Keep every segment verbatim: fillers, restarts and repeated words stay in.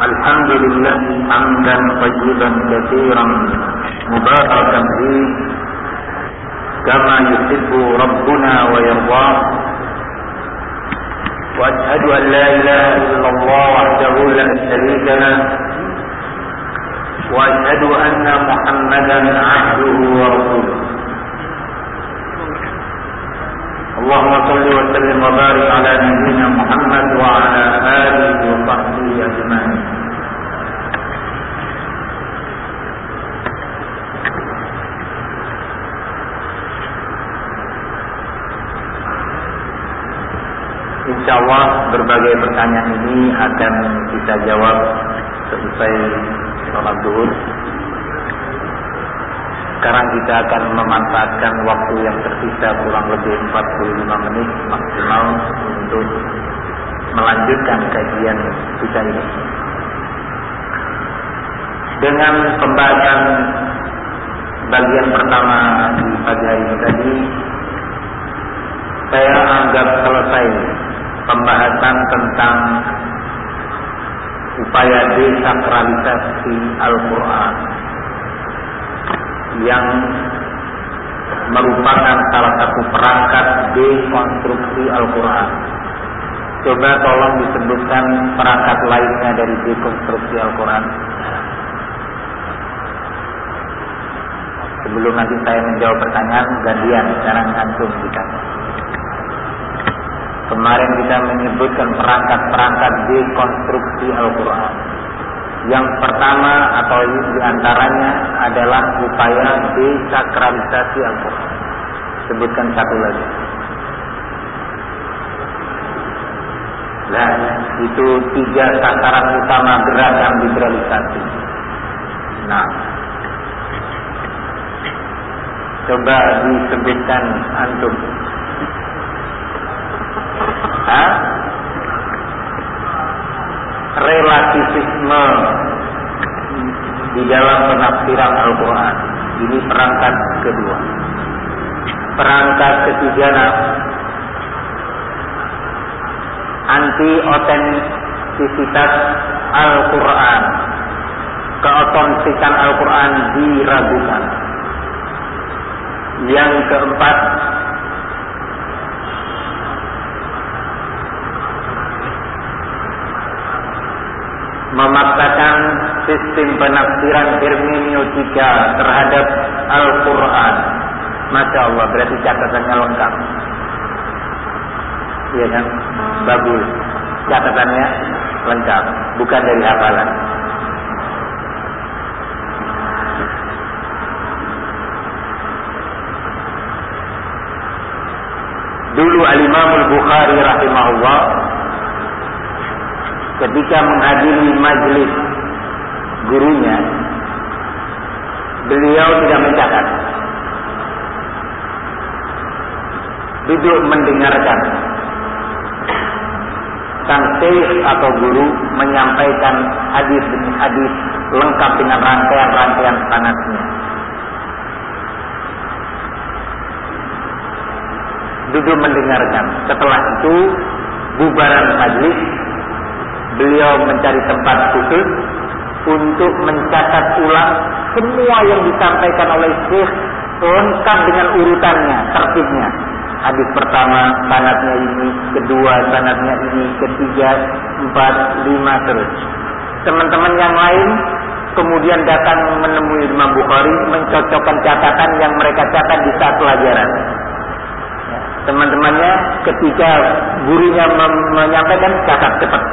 الحمد لله حمدا طيبا كثيرا مباركا فيه كما يحب ربنا ويرضاه. وأشهد أن لا إله إلا الله وحده لا شريك له وأشهد أن محمدا عبده ورسوله. اللهم صل وسلم وبارك على نبينا محمد وعلى آله وصحبه أجمعين. Insyaallah berbagai pertanyaan ini akan kita jawab selesai sholat zuhur. Sekarang kita akan memanfaatkan waktu yang tersisa kurang lebih empat puluh lima menit maksimal untuk melanjutkan kajian kita ini. Dengan pembahasan bagian pertama di pagi hari ini tadi, saya anggap selesai pembahasan tentang upaya desakralisasi Al-Quran yang merupakan salah satu perangkat dekonstruksi Al-Quran. Coba tolong disebutkan perangkat lainnya dari dekonstruksi Al-Quran. Sebelum nanti saya menjawab pertanyaan, gantian sekarang antum kita. Kemarin kita menyebutkan perangkat-perangkat dekonstruksi Al-Quran. Yang pertama atau diantaranya adalah upaya desakralisasi Al-Quran. Sebutkan satu lagi. Nah, itu tiga sasaran utama gerakan liberalisasi. Nah, coba disebutkan antum. Hah? Relativisme di dalam penafsiran Al-Quran. Ini perangkat kedua. Perangkat ketiga, anti-otentisitas Al-Quran. Keotentikan Al-Quran diragukan. Yang keempat, memaksakan sistem penafsiran hermeneutika terhadap Al-Quran. Masya Allah, berarti catatannya lengkap. Iya kan? Bagus. Catatannya lengkap, bukan dari hafalan. Dulu Al-Imam Al-Bukhari rahimahullah ketika menghadiri majelis gurunya, beliau tidak mencatat, duduk mendengarkan sang syekh atau guru menyampaikan hadis demi hadis lengkap dengan rangkaian-rangkaian sanadnya. Duduk mendengarkan. Setelah itu bubaran majelis, beliau mencari tempat khusus untuk mencatat ulang semua yang disampaikan oleh syekh lengkap dengan urutannya, tertibnya. Hadis pertama sanadnya ini, kedua sanadnya ini, ketiga, empat, lima terus. Teman-teman yang lain kemudian datang menemui Imam Bukhari mencocokkan catatan yang mereka catat di saat pelajaran. Teman-temannya ketika gurunya menyampaikan catat cepat.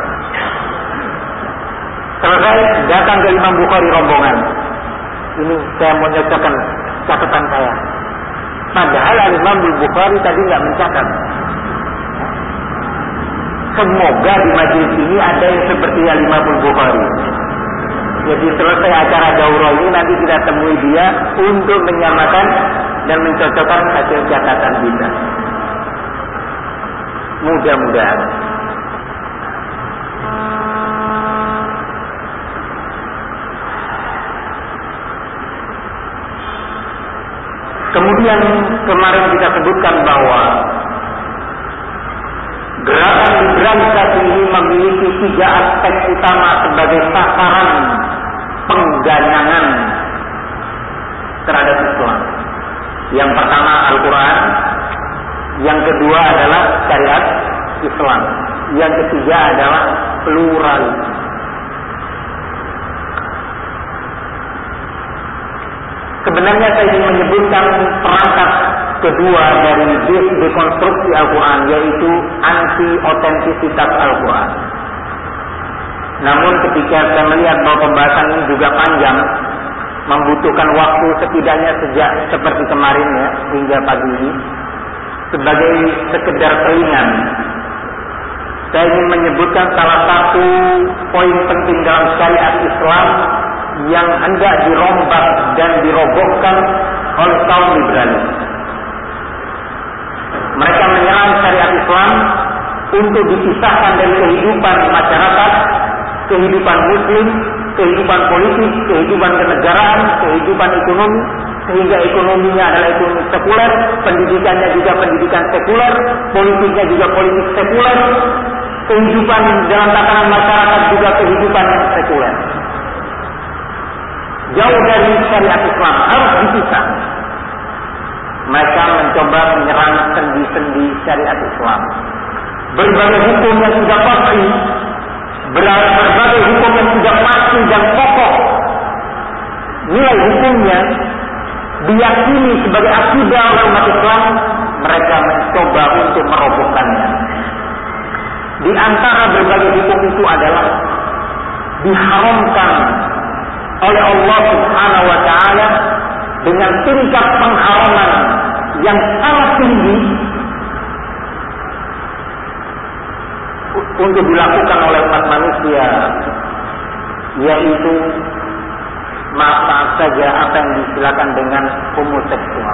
Selesai, datang ke Imam Bukhari rombongan. Ini saya mau nyocokkan catatan saya. Padahal Imam Bukhari tadi nggak mencatat. Semoga di majelis ini ada yang seperti Imam Bukhari. Jadi selesai acara daurah ini nanti kita temui dia untuk menyamakan dan mencocokkan hasil catatan kita. Mudah-mudahan. Kemudian kemarin kita sebutkan bahwa gerakan liberalisasi ini memiliki tiga aspek utama sebagai sasaran pengganyangan terhadap Islam. Yang pertama Al-Quran, yang kedua adalah syariat Islam, yang ketiga adalah pluralisme. Sebenarnya saya ingin menyebutkan perangkat kedua dari dekonstruksi Al-Quran, yaitu anti-otentisitas Al-Quran. Namun ketika saya melihat bahwa pembahasan ini juga panjang, membutuhkan waktu setidaknya sejak seperti kemarin ya, hingga pagi ini, sebagai sekedar telingan, saya ingin menyebutkan salah satu poin penting dalam syariat Islam yang hendak dirombak dan dirobohkan oleh kaum liberalis. Mereka menyerang syariat Islam untuk dipisahkan dari kehidupan masyarakat, kehidupan muslim, kehidupan politik, kehidupan kenegaraan, kehidupan ekonomi, sehingga ekonominya adalah ekonomi sekuler, pendidikannya juga pendidikan sekuler, politiknya juga politik sekuler, kehidupan dalam tatanan masyarakat juga kehidupan yang sekuler. Jauh dari syariat Islam, harus dipisah. Mereka mencoba menyerang sendi-sendi syariat Islam. Berbagai hukum yang sudah pasti, berbagai hukum yang sudah pasti dan pokok, nilai hukumnya diyakini sebagai akidah oleh umat Islam, mereka mencoba untuk merobohkannya. Di antara berbagai hukum itu adalah diharamkan oleh Allah Subhanahu wa Ta'ala dengan tingkat pengharaman yang sangat tinggi untuk dilakukan oleh umat manusia, yaitu maaf saja apa yang disilakan dengan homoseksual.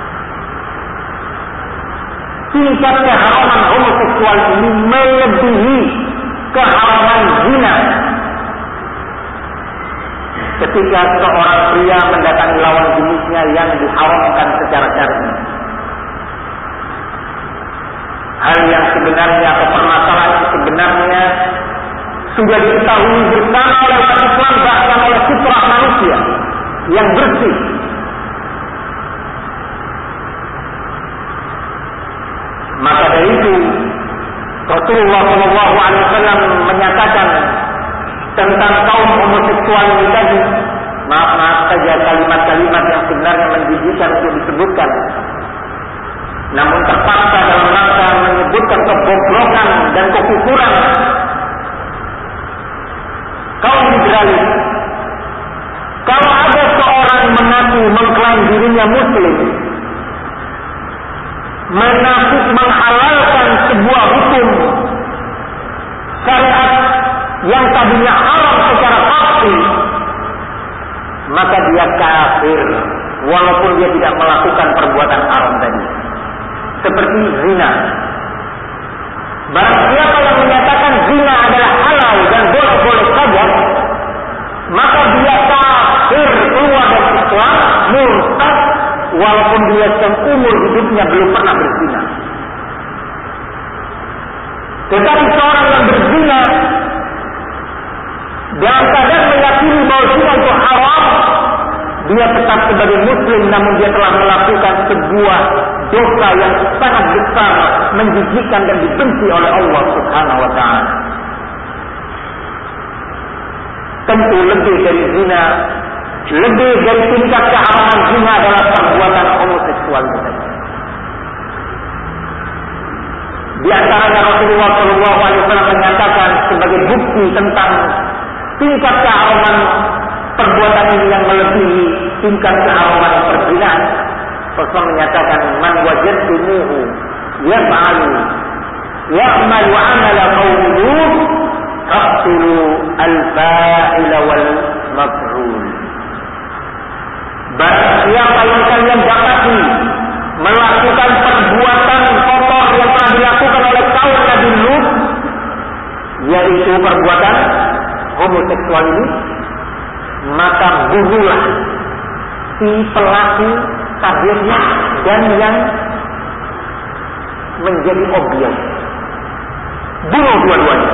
Tingkat keharaman homoseksual ini melebihi keharaman zina. Ketika seorang pria mendatangi lawan jenisnya yang diharamkan secara syar'i, hal yang sebenarnya atau permasalahan yang sebenarnya sudah diketahui bersama oleh umat Islam, bahkan oleh fitrah manusia yang bersih. Maka dari itu Rasulullah shallallahu alaihi wasallam menyatakan tentang kaum homoseksual ini tadi, maaf-maaf saja kalimat-kalimat yang sebenarnya menjijikkan untuk disebutkan, namun terpaksa dalam rangka menyebutkan kebobrokan dan kekufuran kaum liberalis. Kalau ada seorang mengaku mengklaim dirinya muslim, menafik menghalalkan sebuah hukum syariat yang tadinya haram secara pasti, maka dia kafir walaupun dia tidak melakukan perbuatan haram tadi, seperti zina. Barang siapa yang menyatakan zina adalah halal dan boleh-boleh saja, maka dia kafir, keluar dari Islam, murtad, walaupun dia seumur hidupnya belum pernah berzina. Tetapi seorang yang berzina dalam keadaan meyakini bahwa zina itu haram, dia tetap sebagai muslim, namun dia telah melakukan sebuah dosa yang sangat besar, menjijikkan dan dibenci oleh Allah Subhanahu wa Ta'ala. Tentu lebih dari zina, lebih dari tingkat keharaman zina adalah perbuatan homoseksual itu. Di antaranya Rasulullah shallallahu alaihi wasallam menyatakan sebagai bukti tentang tingkat keharaman perbuatan ini yang melebihi tingkat keharaman perzinahan. Rasulullah menyatakan, man wajadtumuhu yaf'alu ya'malu 'amala qaumi Lut faqtulu al-fa'ila wal maf'ul. Barang siapa yang kalian dapati melakukan perbuatan kotor yang telah dilakukan oleh kaum Nabi Lut, yaitu perbuatan homoseksual ini, maka bunuhlah si pelaku kafirnya dan yang menjadi objek. bunuh dua-duanya.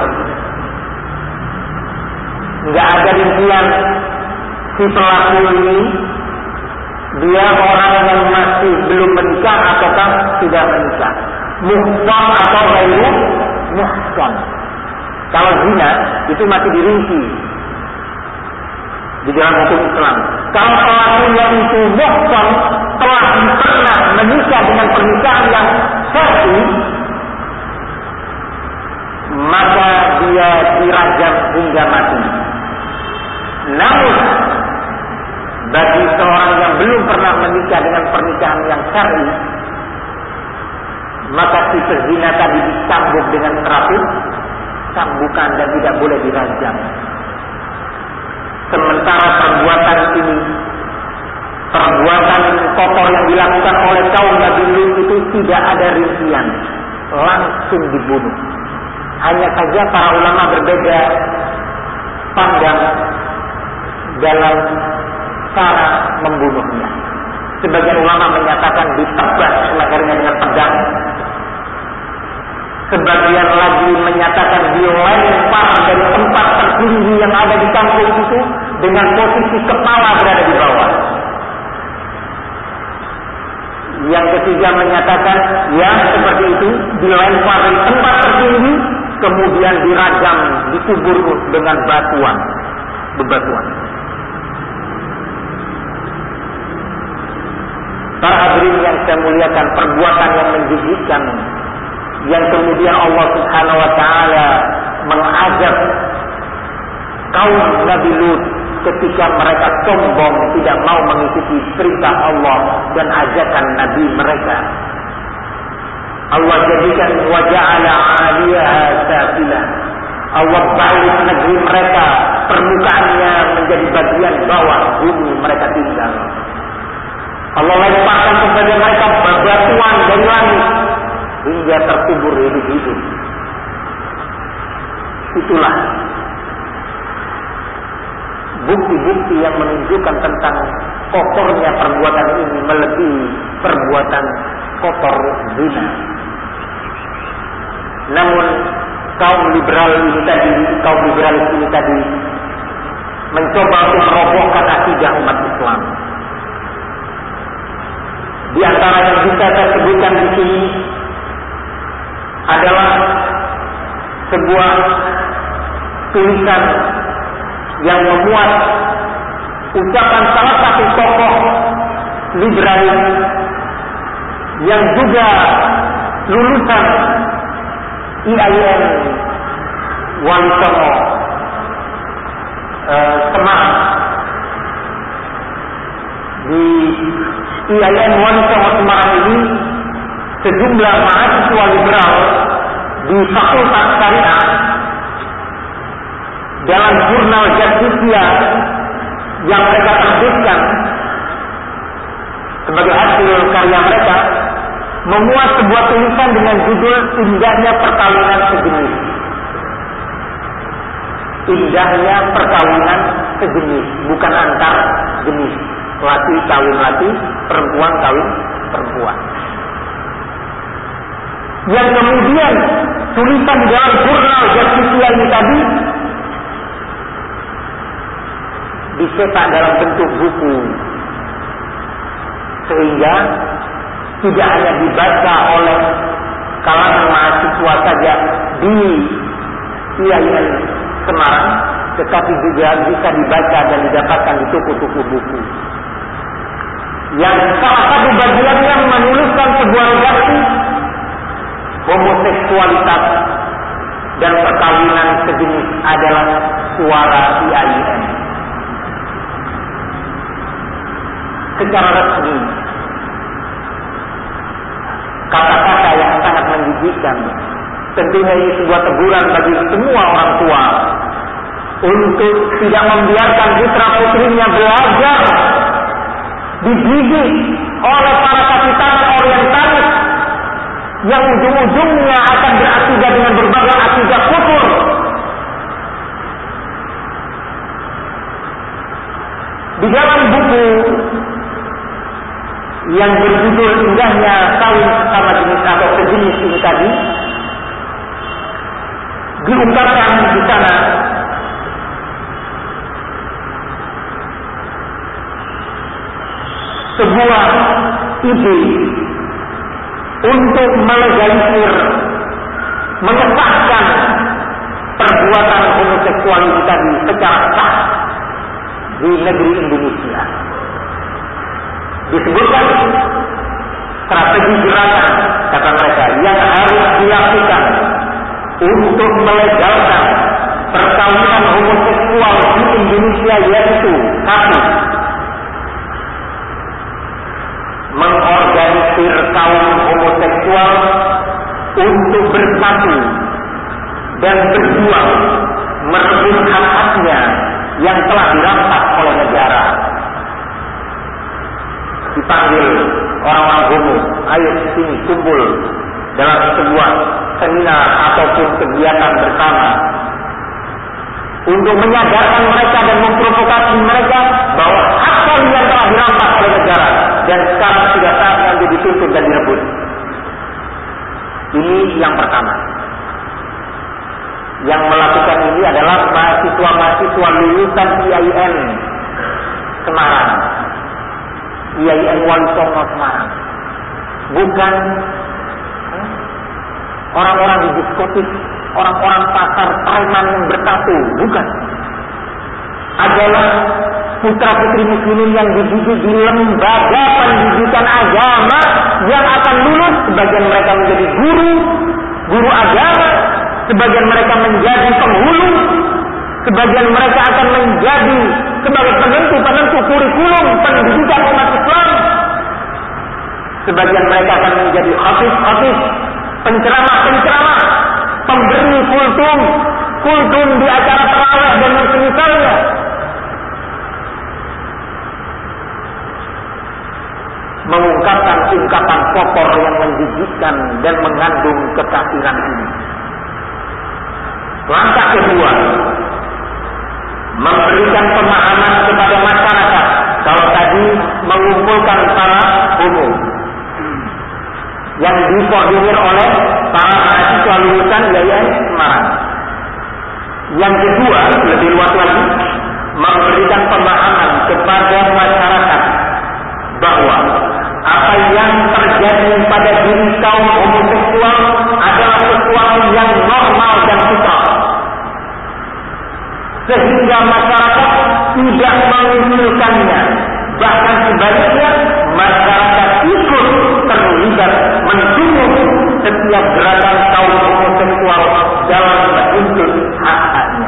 Nggak ada rincian si pelaku ini dia orang yang masih belum menikah ataukah sudah menikah, muhsan atau ghairu muhsan. Kalau zina itu masih dirinci di dalam hukum Islam. Kalau pelakunya itu muhsan, telah pernah menikah dengan pernikahan yang syar'i, maka dia dirajam hingga mati. Namun bagi seorang yang belum pernah menikah dengan pernikahan yang syar'i, maka si pezina tadi dicambuk dengan serabut, cambukan dan tidak boleh dirajam. Sementara perbuatan ini, perbuatan kotor yang dilakukan oleh kaum Nabi Lut itu tidak ada rincian, langsung dibunuh. Hanya saja para ulama berbeda pandang dalam cara membunuhnya. Sebagian ulama menyatakan ditebas lehernya dengan pedang. Sebagian lagi menyatakan dilempar dari tempat tertinggi yang ada di kampung itu dengan posisi kepala berada di bawah. Yang ketiga menyatakan ya seperti itu, dilempar dari tempat tertinggi kemudian dirajam, dikubur dengan batuan, bebatuan. Para hadirin yang saya muliakan, perbuatan yang menjijikkan yang kemudian Allah Subhanahu wa taala mengazab kaum Nabi Lut ketika mereka sombong tidak mau mengikuti perintah Allah dan ajakan Nabi mereka. Allah jadikan wa ja'ala 'aliyaha safilah. Allah balik negeri mereka, permukaannya menjadi bagian bawah bumi mereka tinggal. Allah lemparkan kepada mereka bebatuan dari langit hingga terkubur hidup-hidup. Itulah bukti-bukti yang menunjukkan tentang kotornya perbuatan ini melebihi perbuatan kotor zina. Namun kaum liberal ini tadi, kaum liberalis ini tadi mencoba untuk merobohkan akidah umat Islam. Di antara yang bisa saya sebutkan di sini adalah sebuah tulisan yang memuat ucapan salah satu tokoh liberalis yang juga lulusan I A I N Wali Songo eh, Semarang. Di I A I N Wali Songo Semarang ini sejumlah mahasiswa liberal di Fakultas Syariah dalam jurnal Justitia yang mereka terbitkan sebagai hasil karya mereka memuat sebuah tulisan dengan judul Indahnya Perkawinan Sejenis. Indahnya perkawinan sejenis, bukan antar jenis. Laki kawin laki, perempuan kawin perempuan. Yang kemudian tulisan di dalam jurnal Justitia ini tadi dicetak dalam bentuk buku, sehingga tidak hanya dibaca oleh kalangan mahasiswa saja di I A I N Semarang, tetapi juga bisa dibaca dan didapatkan di toko-toko buku. Yang salah satu bagiannya menuliskan sebuah redaksi homoseksualitas dan perkawinan sejenis adalah suara I A I N. Secara resmi, kata-kata yang sangat menjijikkan. Tentunya ini sebuah teguran bagi semua orang tua untuk tidak membiarkan putra putrinya belajar dididik oleh para kaki tangan orientalis yang ujung-ujungnya akan berakidah dengan berbagai akidah kufur. Di dalam buku yang berjudul Indahnya Kawin Sama Jenis atau Sejenis ini tadi, diungkapkan di sana sebuah ide untuk melegalisir, mengesahkan perbuatan homoseksual ini tadi secara sah di negeri Indonesia. Disebutkan strategi gerakan, kata mereka, yang harus dilakukan untuk melegalkan perkawinan homoseksual di Indonesia, yaitu satu, mengorganisir kaum homoseksual untuk bersatu dan berjuang merebut hak-haknya yang telah dirampas oleh negara. Dipanggil orang-orang homo, ayo sini kumpul dalam sebuah seminar ataupun kegiatan bersama untuk menyadarkan mereka dan memprovokasi mereka bahwa hak kalian telah dirampas oleh negara dan sekarang sudah saatnya untuk dituntut dan direbut. Ini yang pertama. Yang melakukan ini adalah mahasiswa-mahasiswa lulusan I A I N Semarang, I A I N Wali Songo Semarang, bukan orang-orang di diskotik, orang-orang pasar preman yang bertatu, bukan. Adalah putra-putri muslimin yang dididik di lembaga pendidikan agama yang akan lulus, sebagian mereka menjadi guru, guru agama, sebagian mereka menjadi penghulu, sebagian mereka akan menjadi sebagai penentu-penentu kurikulum pendidikan umat Islam, sebagian mereka akan menjadi khatib-khatib, penceramah-penceramah, pemberi kultum, kultum di acara tarawih dan yang semisalnya. Mengungkapkan ungkapan kotor yang menjijikkan dan mengandung kekafiran ini. Langkah kedua, memberikan pemahaman kepada masyarakat. Kalau tadi mengumpulkan para homo yang dikoordinir oleh para mahasiswa lulusan I A I N Semarang. Yang kedua, lebih luas lagi, memberikan pemahaman kepada masyarakat bahwa apa yang terjadi pada diri kaum homoseksual adalah sesuatu yang normal dan fitrah, sehingga masyarakat tidak mengusulkannya. Bahkan sebaliknya, masyarakat ikut terlibat mendukung setiap gerakan kaum homoseksual dalam menuntut hak-haknya.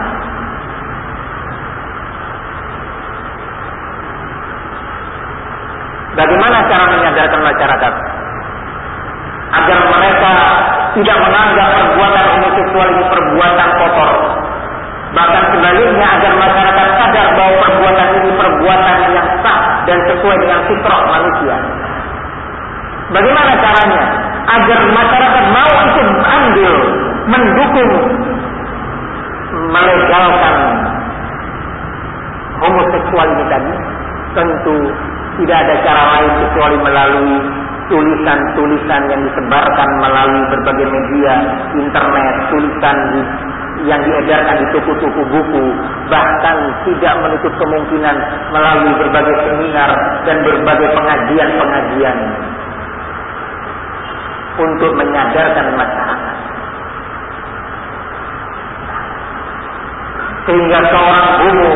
Bagaimana cara menyadarkan masyarakat agar mereka tidak menganggap perbuatan homoseksual ini perbuatan kotor? Bahkan sebaliknya, agar masyarakat sadar bahwa perbuatan ini perbuatan yang sah dan sesuai dengan fitrah manusia. Bagaimana caranya agar masyarakat mau ikut andil mendukung melegalkan homoseksual ini tadi? Tentu tidak ada cara lain kecuali melalui tulisan-tulisan yang disebarkan melalui berbagai media internet, tulisan yang diedarkan di toko-toko buku, bahkan tidak menutup kemungkinan melalui berbagai seminar dan berbagai pengajian-pengajian untuk menyadarkan masyarakat. Sehingga seorang homo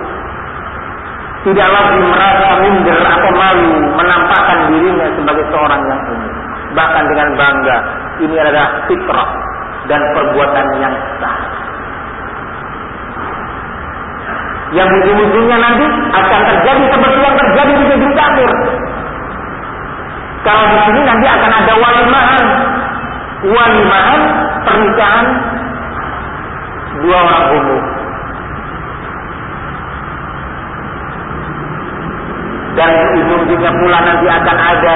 tidak lagi merasa minder atau malu menampakkan dirinya sebagai seorang yang homo. Bahkan dengan bangga, ini adalah fitrah dan perbuatan yang sah. Yang ujung-ujungnya nanti akan terjadi seperti yang terjadi di negeri kafir. Kalau di sini nanti akan ada walimahan, walimahan pernikahan dua orang homo. Dan ujung-ujungnya pula nanti akan ada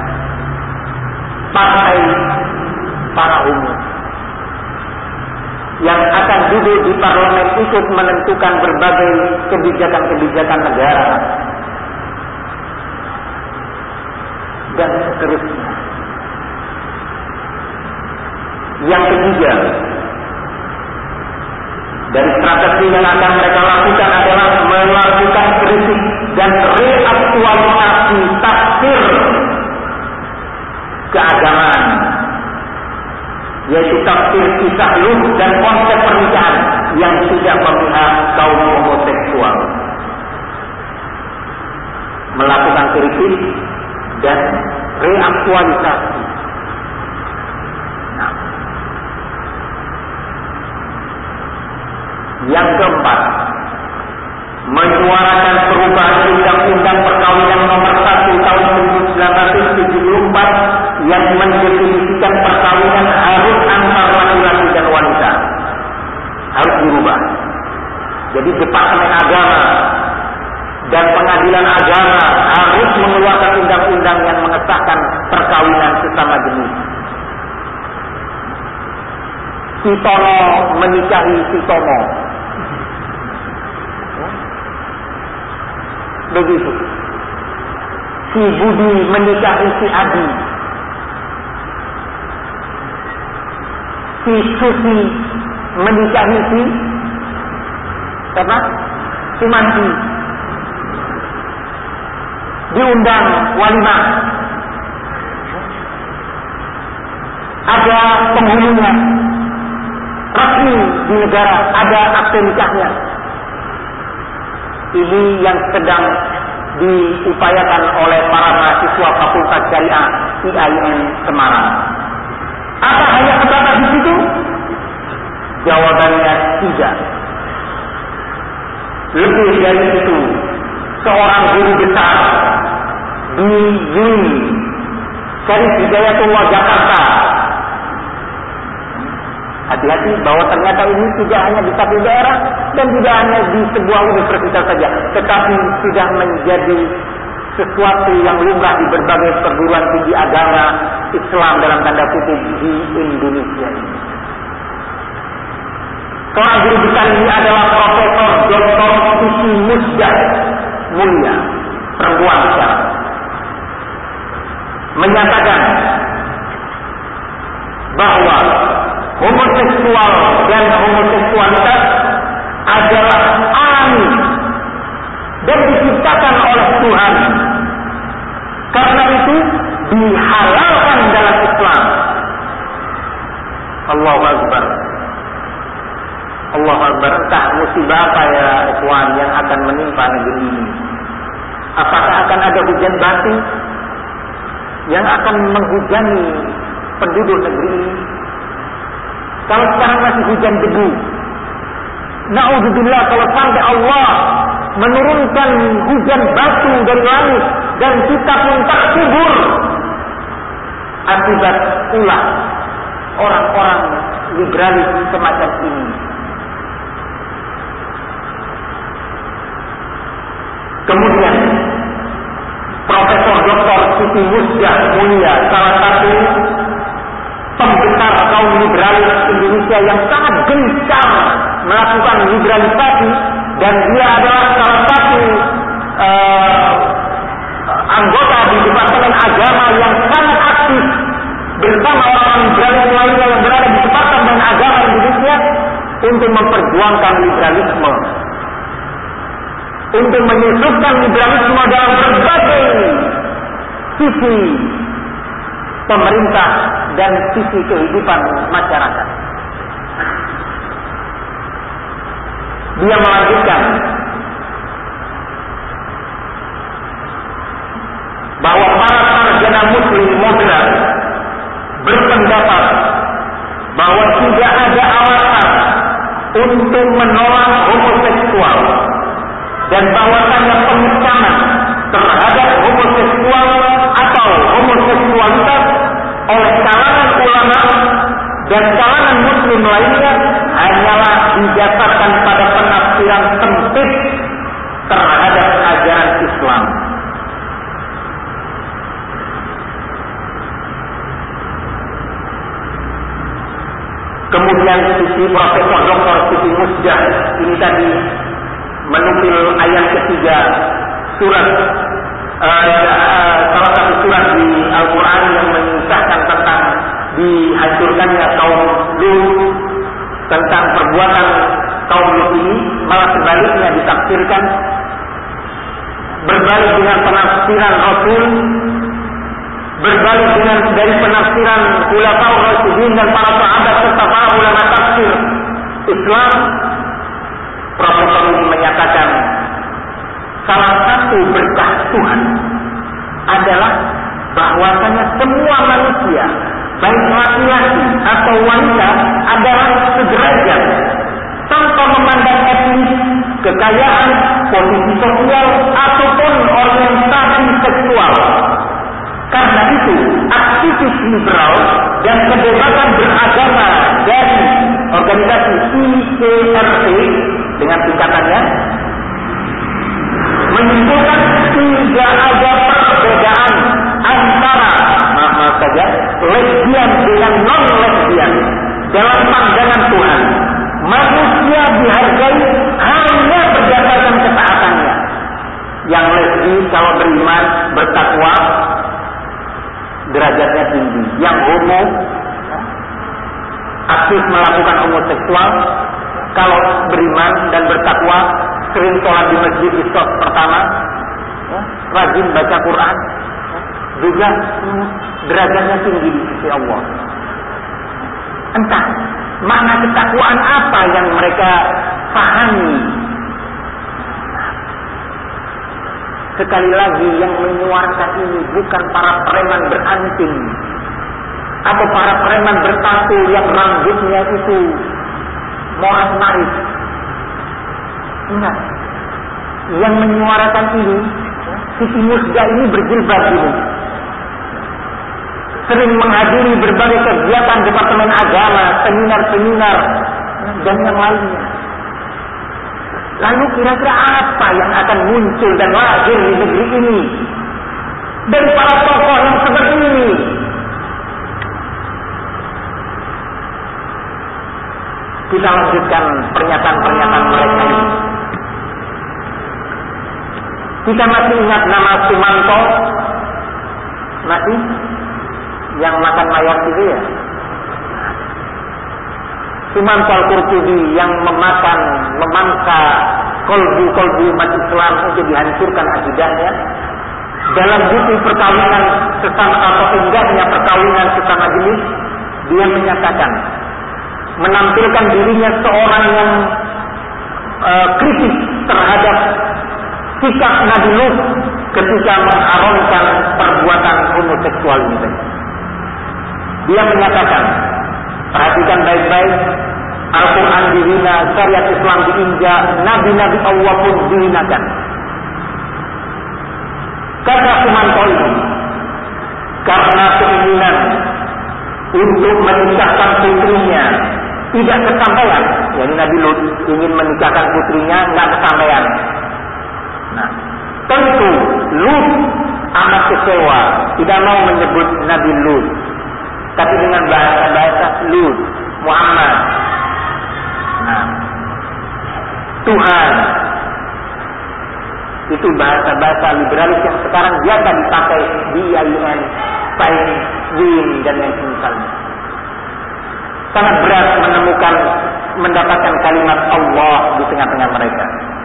partai para homo yang akan duduk di parlemen ikut menentukan berbagai kebijakan-kebijakan negara dan seterusnya. Yang ketiga, Dari strategi yang akan mereka lakukan adalah melakukan kritik dan reaktualisasi tafsir keagamaan, yaitu tafsir kisah Nuh dan konsep pernikahan yang tidak memihak kaum homoseksual. Melakukan kritik dan reaktualisasi. Nah, yang keempat, menyuarakan perubahan undang-undang perkawinan nomor satu tahun seribu sembilan ratus tujuh puluh empat yang mendefinisikan perkawinan harus antar laki-laki dan wanita. Harus dirubah. Jadi Departemen Agama dan Pengadilan Agama harus mengeluarkan undang-undang yang mengesahkan perkawinan sesama jenis. Si Tono menikahi si Tomo. Begitu. Si Budi menikahi si Adi. Si Susi menikahi si apa? Sumanti. Diundang walimah. Ada penghulunya. Resmi di negara ada akte nikahnya. Ini yang sedang diupayakan oleh para mahasiswa Fakultas Syariah I A I N Semarang. Apa hanya sebatas di situ? Jawabannya tidak. Lebih dari itu, seorang guru besar di U I N Syarif Hidayatullah Jakarta. Hati-hati bahwa ternyata ini tidak hanya di satu daerah dan tidak hanya di sebuah universitas saja, tetapi sudah menjadi sesuatu yang lumrah di berbagai perguruan tinggi agama Islam dalam tanda kutip di Indonesia ini. Seorang guru besar ini adalah Profesor Doktor Siti Musdah Mulia, perempuan besar, menyatakan bahwa homoseksual dan homoseksualitas adalah alami dan diciptakan oleh Tuhan. Karena itu dihalalkan dalam Islam. Allahu Akbar. Allahu Akbar. Entah musibah apa ya ikhwan yang akan menimpa negeri ini. Apakah akan ada hujan batu yang akan menghujani penduduk negeri ini? Kalau sekarang masih hujan debu, na'udzubillah, kalau sampai Allah menurunkan hujan batu dari langit dan kita pun tak subur akibat ulah orang-orang liberalis semacam ini. Kemudian Profesor Doktor Siti Musdah Mulia, salah satu pembesar kaum liberalis Indonesia yang sangat gencar melakukan liberalisasi, dan dia adalah salah satu uh, anggota di Departemen Agama yang sangat aktif bersama orang liberalis lainnya yang berada di Departemen Agama Indonesia untuk memperjuangkan liberalisme, untuk menyusupkan liberalisme dalam berbagai sisi pemerintah dan sisi kehidupan masyarakat. Dia melanjutkan bahwa para sarjana muslim moderat berpendapat bahwa tidak ada alasan untuk menolak homoseksual dan bahwasannya pengecaman terhadap homoseksual atau homoseksualitas oleh kalangan ulama dan kalangan muslim lainnya hanyalah didasarkan pada penafsiran sempit terhadap ajaran Islam. Kemudian sisi Profesor Doktor Siti Musdah ini tadi menukil ayat ketiga surat uh, uh, salah satu surat di Al-Quran yang mengisahkan tentang dihancurkannya kaum Lut, tentang perbuatan kaum Lut ini malah sebaliknya ditafsirkan berbalik dengan penafsiran Rasul, berbalik dengan dari penafsiran Khulafaur Rasyidin dan para sahabat serta para ulama tafsir Islam. Profesor ini menyatakan salah satu berkah Tuhan adalah bahwasanya semua manusia, baik laki-laki atau wanita, adalah sederajat tanpa memandang etnis, kekayaan, posisi sosial ataupun orientasi seksual. Karena itu, aktivis liberal dan kebebasan beragama dari organisasi I C R T dengan tingkatannya menyimpulkan tidak ada perbedaan antara maaf saja lesbian dengan non lesbian dalam pandangan Tuhan. Manusia dihargai hanya berdasarkan ketaatannya. Yang lesbi kalau beriman bertakwa derajatnya tinggi. Yang homo aktif melakukan homoseksual kalau beriman dan bertakwa, sering sholat di masjid di stop pertama, ya, rajin baca Quran, ya, juga hmm, derajatnya tinggi di sisi Allah. Entah makna ketakwaan apa yang mereka pahami. Sekali lagi, yang menyuarakan ini bukan para preman beranting atau para preman bertato yang rambutnya itu morat marit. Enggak. Yang menyuarakan ini, Siti Musda ini berjilbab ini, sering menghadiri berbagai kegiatan Departemen Agama, seminar-seminar dan yang lainnya. Lalu kira-kira apa yang akan muncul dan lahir di negeri ini dari para tokoh yang seperti ini? Kita lanjutkan pernyataan-pernyataan mereka ini. Kita masih ingat nama Sumanto, masih yang makan mayat itu ya. Sumanto Al-Qurtubi yang memakan, memangsa kolbu-kolbu umat Islam untuk dihancurkan akidahnya. Dalam buku perkawinan sesama atau indahnya perkawinan sesama jenis, dia menyatakan, menampilkan dirinya seorang yang uh, kritis terhadap sikap Nabi Lut ketika mengharamkan perbuatan homoseksual ini. Dia menyatakan, perhatikan baik-baik, Al-Quran dihina, syariat Islam diinjak, nabi-nabi Allah pun dihinakan. Kata Sumanto ini, karena keinginan untuk menikahkan putrinya tidak kesampaian, yakni Nabi Lut ingin menikahkan putrinya, nggak kesampaian. Nah, tentu Lut amat kecewa, tidak mau menyebut Nabi Lut, tapi dengan bahasa-bahasa Lut, Muhammad, nah, Tuhan. Itu bahasa-bahasa liberalis yang sekarang biasa dipakai di I U N, Pain, Win, dan yang semisalnya. Sangat berat menemukan, mendapatkan kalimat Allah di tengah-tengah mereka.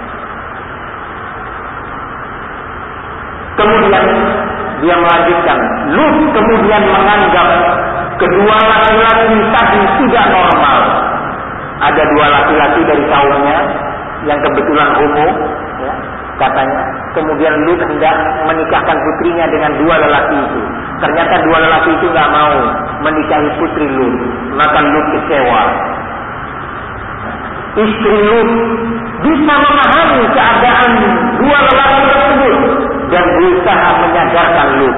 Kemudian dia melanjutkan, Lut kemudian menganggap kedua laki-laki tadi tidak normal. Ada dua laki-laki dari kaumnya yang kebetulan homo, ya, katanya. Kemudian Lut hendak menikahkan putrinya dengan dua lelaki itu. Ternyata dua lelaki itu nggak mau menikahi putri Lut, maka Lut kecewa. Istri Lut bisa memahami keadaan dua lelaki tersebut dan berusaha menyadarkan Lut.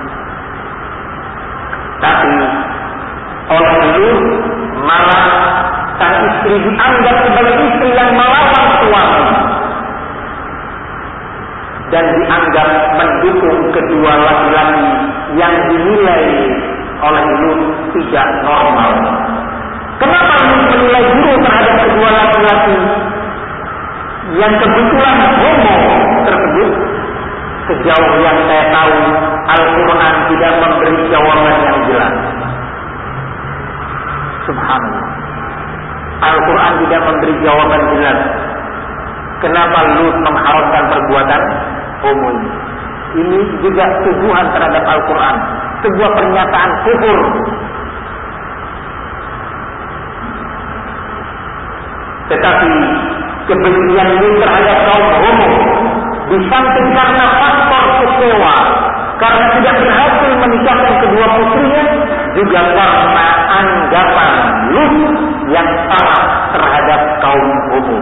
Tapi oleh Lut malah sang istri dianggap sebagai istri yang melawan suami dan dianggap mendukung kedua laki-laki yang dinilai oleh Lut tidak normal. Kenapa Lut menilai buruk terhadap kedua laki-laki yang kebetulan homo tersebut? Sejauh yang saya tahu, Al-Quran tidak memberi jawaban yang jelas. Subhanallah. Al-Quran tidak memberi jawaban jelas. Kenapa Lut mengharamkan perbuatan homo ini? Ini juga tuduhan terhadap Al-Quran, sebuah pernyataan kufur. Tetapi kebencian Lut terhadap kaum homo di samping karena faktor kecewa karena tidak berhasil menikahkan kedua putrinya, juga karena anggapan Lut yang salah terhadap kaum homo.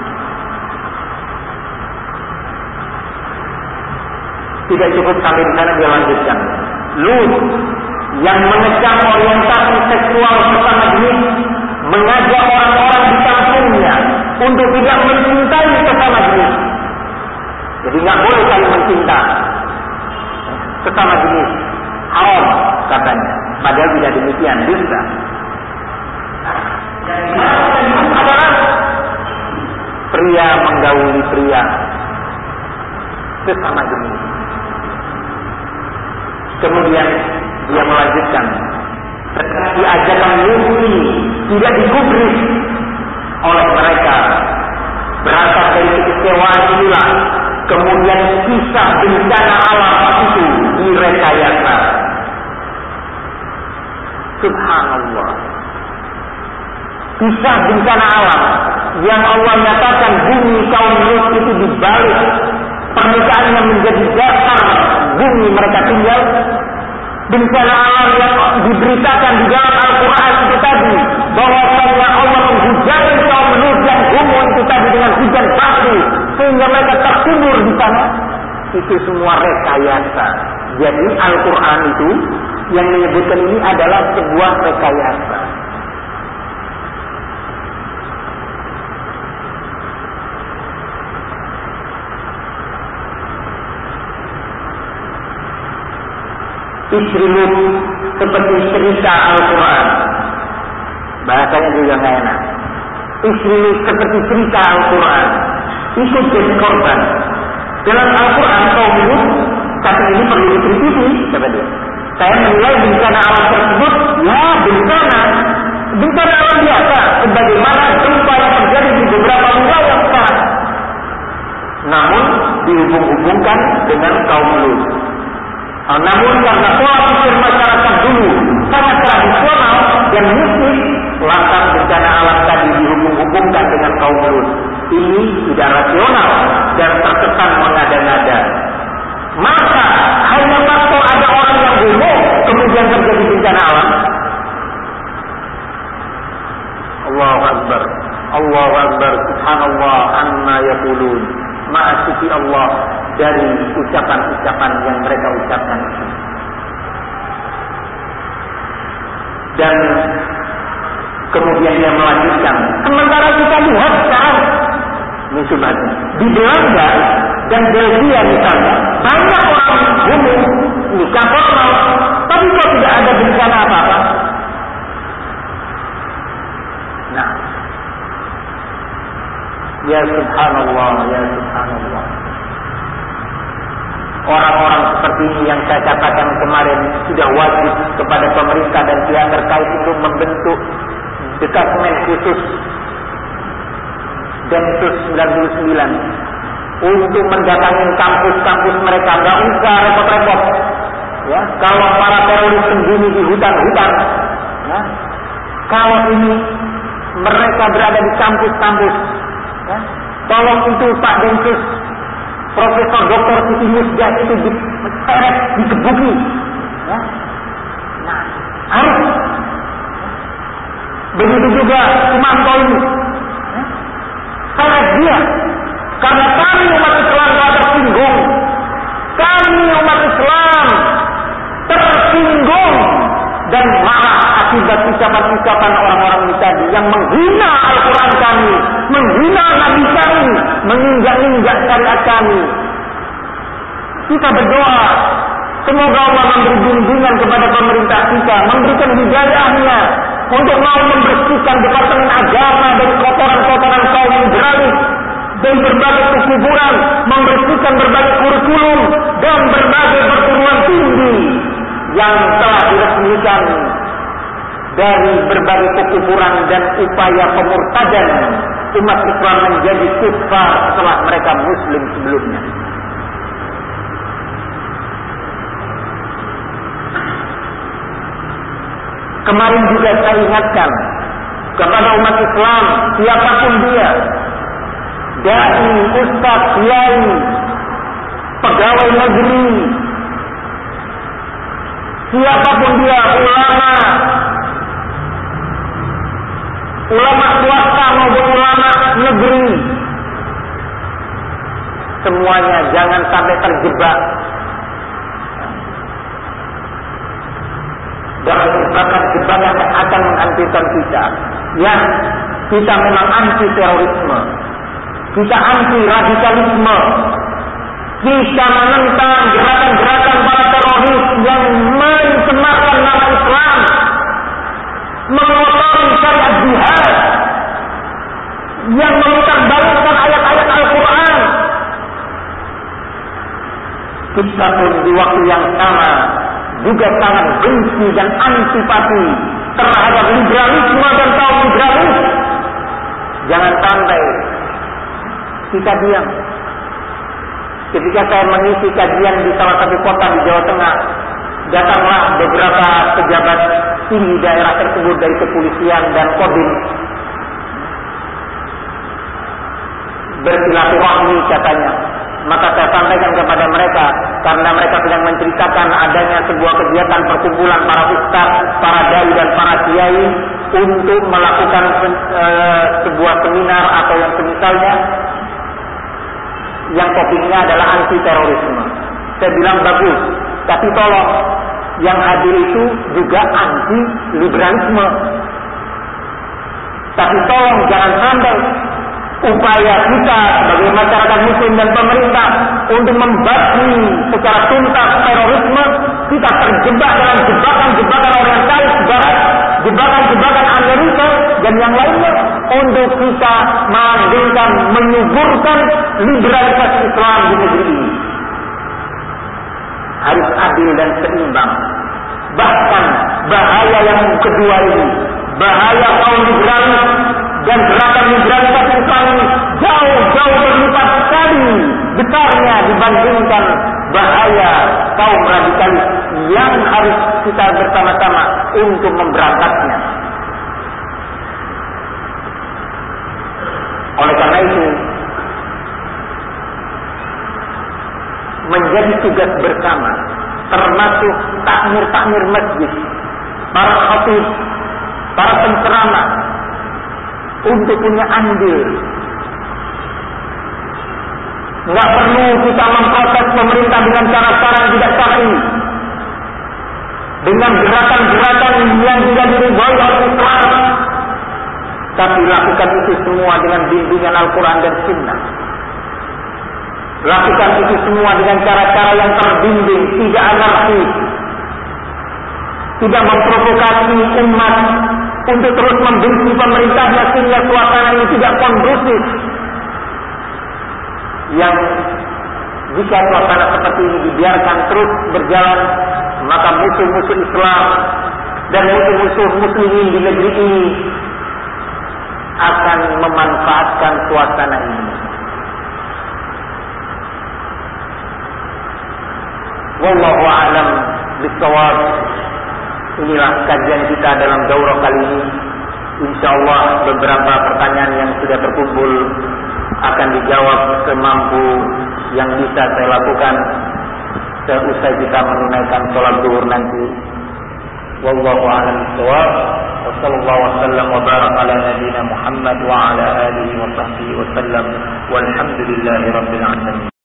Tidak cukup sampai di sana, dia lanjutkan. Lut yang mengecam orientasi seksual sesama jenis, mengajak orang-orang di kampungnya untuk tidak mencintai sesama jenis. Jadi nggak boleh saling mencinta sesama jenis, haram katanya. Padahal tidak demikian, dusta. Adalah pria menggauli pria sesama jenis. Kemudian dia melanjutkan, tetapi ajakan Lut ini tidak digubris oleh mereka. Berasal dari kekecewaan inilah kemudian kisah bencana alam itu direkayasa. Subhanallah. Kisah bencana alam yang Allah nyatakan bumi kaum Lut itu dibalik pernikahannya menjadi dasar bumi mereka tinggal. Bencana alam yang diberitakan di dalam Al-Quran itu tadi, bahwasanya Allah menghujani kaum Lut yang homo itu tadi dengan hujan batu sehingga mereka terkubur di sana. Itu semua rekayasa. Jadi Al-Quran itu yang menyebutkan ini adalah sebuah rekayasa. Istri Lut seperti cerita Al-Quran. Bahasanya juga nggak enak. Istri Lut seperti cerita Al-Quran, ikut jadi korban. Dalam Al-Quran kaum Lut kata ini perlu dikritisi, kata dia. Saya menilai bencana alam tersebut, ya bencana, bencana alam biasa, sebagaimana gempa yang terjadi di beberapa wilayah sekarang. Namun dihubung-hubungkan dengan kaum Lut. Namun karena pola pikir masyarakat dulu sangat tradisional dan mistis, lantas bencana alam tadi dihubung-hubungkan dengan kaum Lut. Ini tidak rasional dan terkesan mengada-ngada. Maka hanya faktor ada orang yang homo kemudian terjadi bencana alam. Allahu Akbar, Allahu Akbar, Subhanallah amma yaqulun. Maha suci Allah dari ucapan-ucapan yang mereka ucapkan. Dan kemudian dia melanjutkan, sementara kita lihat sekarang ini subhanallah, di Belanda dan Belgia misalnya banyak orang homo nikah formal, tapi kok tidak ada bencana apa-apa. Nah, ya subhanallah, ya subhanallah. Orang-orang seperti ini yang saya katakan kemarin sudah wajib kepada pemerintah dan pihak terkait untuk membentuk departemen khusus Densus sembilan puluh sembilan untuk mendatangi kampus-kampus mereka. Nggak usah repot-repot. Ya, kalau para teroris sembunyi di hutan-hutan, ya, kalau ini mereka berada di kampus-kampus, ya, tolong itu Pak Densus Profesor Doktor Siti Musjah itu diseret, dikebuki, ya. Nah, harus. Begitu juga Sumanto ini, ya. Sangat dia, karena kami umat Islam telah tersinggung, kami umat Islam tersinggung dan marah akibat ucapan-ucapan orang-orang ini tadi yang menghina Al-Quran kami, menghina Nabi kami, menginjak-injak syariat kami. Kita berdoa semoga Allah memberi bimbingan kepada pemerintah kita, memberikan hidayahnya untuk mau membersihkan Departemen Agama dari kotoran-kotoran kaum yang beralih dari berbagai kekuburan, membersihkan berbagai kurikulum dan berbagai perguruan tinggi yang telah diresmikan dari berbagai kekufuran dan upaya pemurtadan umat Islam menjadi kufar setelah mereka muslim sebelumnya. Kemarin juga saya ingatkan kepada umat Islam, siapapun dia, dai, ustaz, kiai, pegawai negeri, siapapun dia, ulama, ulama swasta maupun ulama negeri, semuanya jangan sampai terjebak dalam jebakan-jebakan yang akan menghancurkan kita. Ya, kita memang anti terorisme, kita anti radikalisme, kita menentang gerakan-gerakan para teroris yang mencemarkan nama Islam, mengotori syariat jihad, yang memutarbalikkan ayat-ayat Al-Quran. Kita pun di waktu yang sama juga sangat benci dan antipati terhadap liberalisme dan kaum liberalis. Jangan sampai kita diam. Ketika saya mengisi kajian di salah satu kota di Jawa Tengah, datanglah beberapa pejabat tinggi daerah tersebut dari kepolisian dan Kodim, bersilaturahmi katanya. Maka saya sampaikan kepada mereka, karena mereka sedang menceritakan adanya sebuah kegiatan perkumpulan para ustaz, para dai dan para kiai untuk melakukan e, sebuah seminar atau yang semisalnya yang topiknya adalah anti terorisme. Saya bilang bagus, tapi tolong yang hadir itu juga anti liberalisme. Tapi tolong jangan sampai upaya kita sebagai masyarakat muslim dan pemerintah untuk membasmi secara tuntas terorisme, kita terjebak dalam jebakan-jebakan orientalis barat, jebakan-jebakan Amerika dan yang lainnya, untuk kita melanggengkan, menyuburkan liberalisasi Islam di negeri ini. Harus adil dan seimbang. Bahkan bahaya yang kedua ini, bahaya kaum liberalis dan gerakan liberalisasi Islam ini jauh-jauh berlipat sekali besarnya dibandingkan bahaya kaum radikalis yang harus kita bersama-sama untuk memberantasnya. Oleh karena itu, menjadi tugas bersama, termasuk takmir-takmir masjid, para khatib, para penceramah, untuk punya andil. Nggak perlu kita memprotes pemerintah dengan cara-cara yang tidak syar'i, dengan gerakan-gerakan yang tidak diridhoi oleh Islam, tapi lakukan itu semua dengan bimbingan Al-Quran dan Sunnah. Lakukan itu semua dengan cara-cara yang terbimbing, tidak anarkis, tidak memprovokasi umat untuk terus membenci pemerintahnya sehingga suasana ini tidak kondusif. Yang jika suasana seperti ini dibiarkan terus berjalan, maka musuh-musuh Islam dan musuh-musuh muslimin di negeri ini akan memanfaatkan suasana ini. Wallahu a'lam bishawab. Inilah kajian kita dalam daurah kali ini. Insyaallah beberapa pertanyaan yang sudah terkumpul akan dijawab semampu yang bisa saya lakukan seusai kita menunaikan sholat zuhur nanti. Wallahu a'lam bishawab. Wa sallallahu wasallam wa baraka ala nabiyyina Muhammad wa ala alihi wa sahbihi wa sallam. Walhamdulillahi rabbil alamin.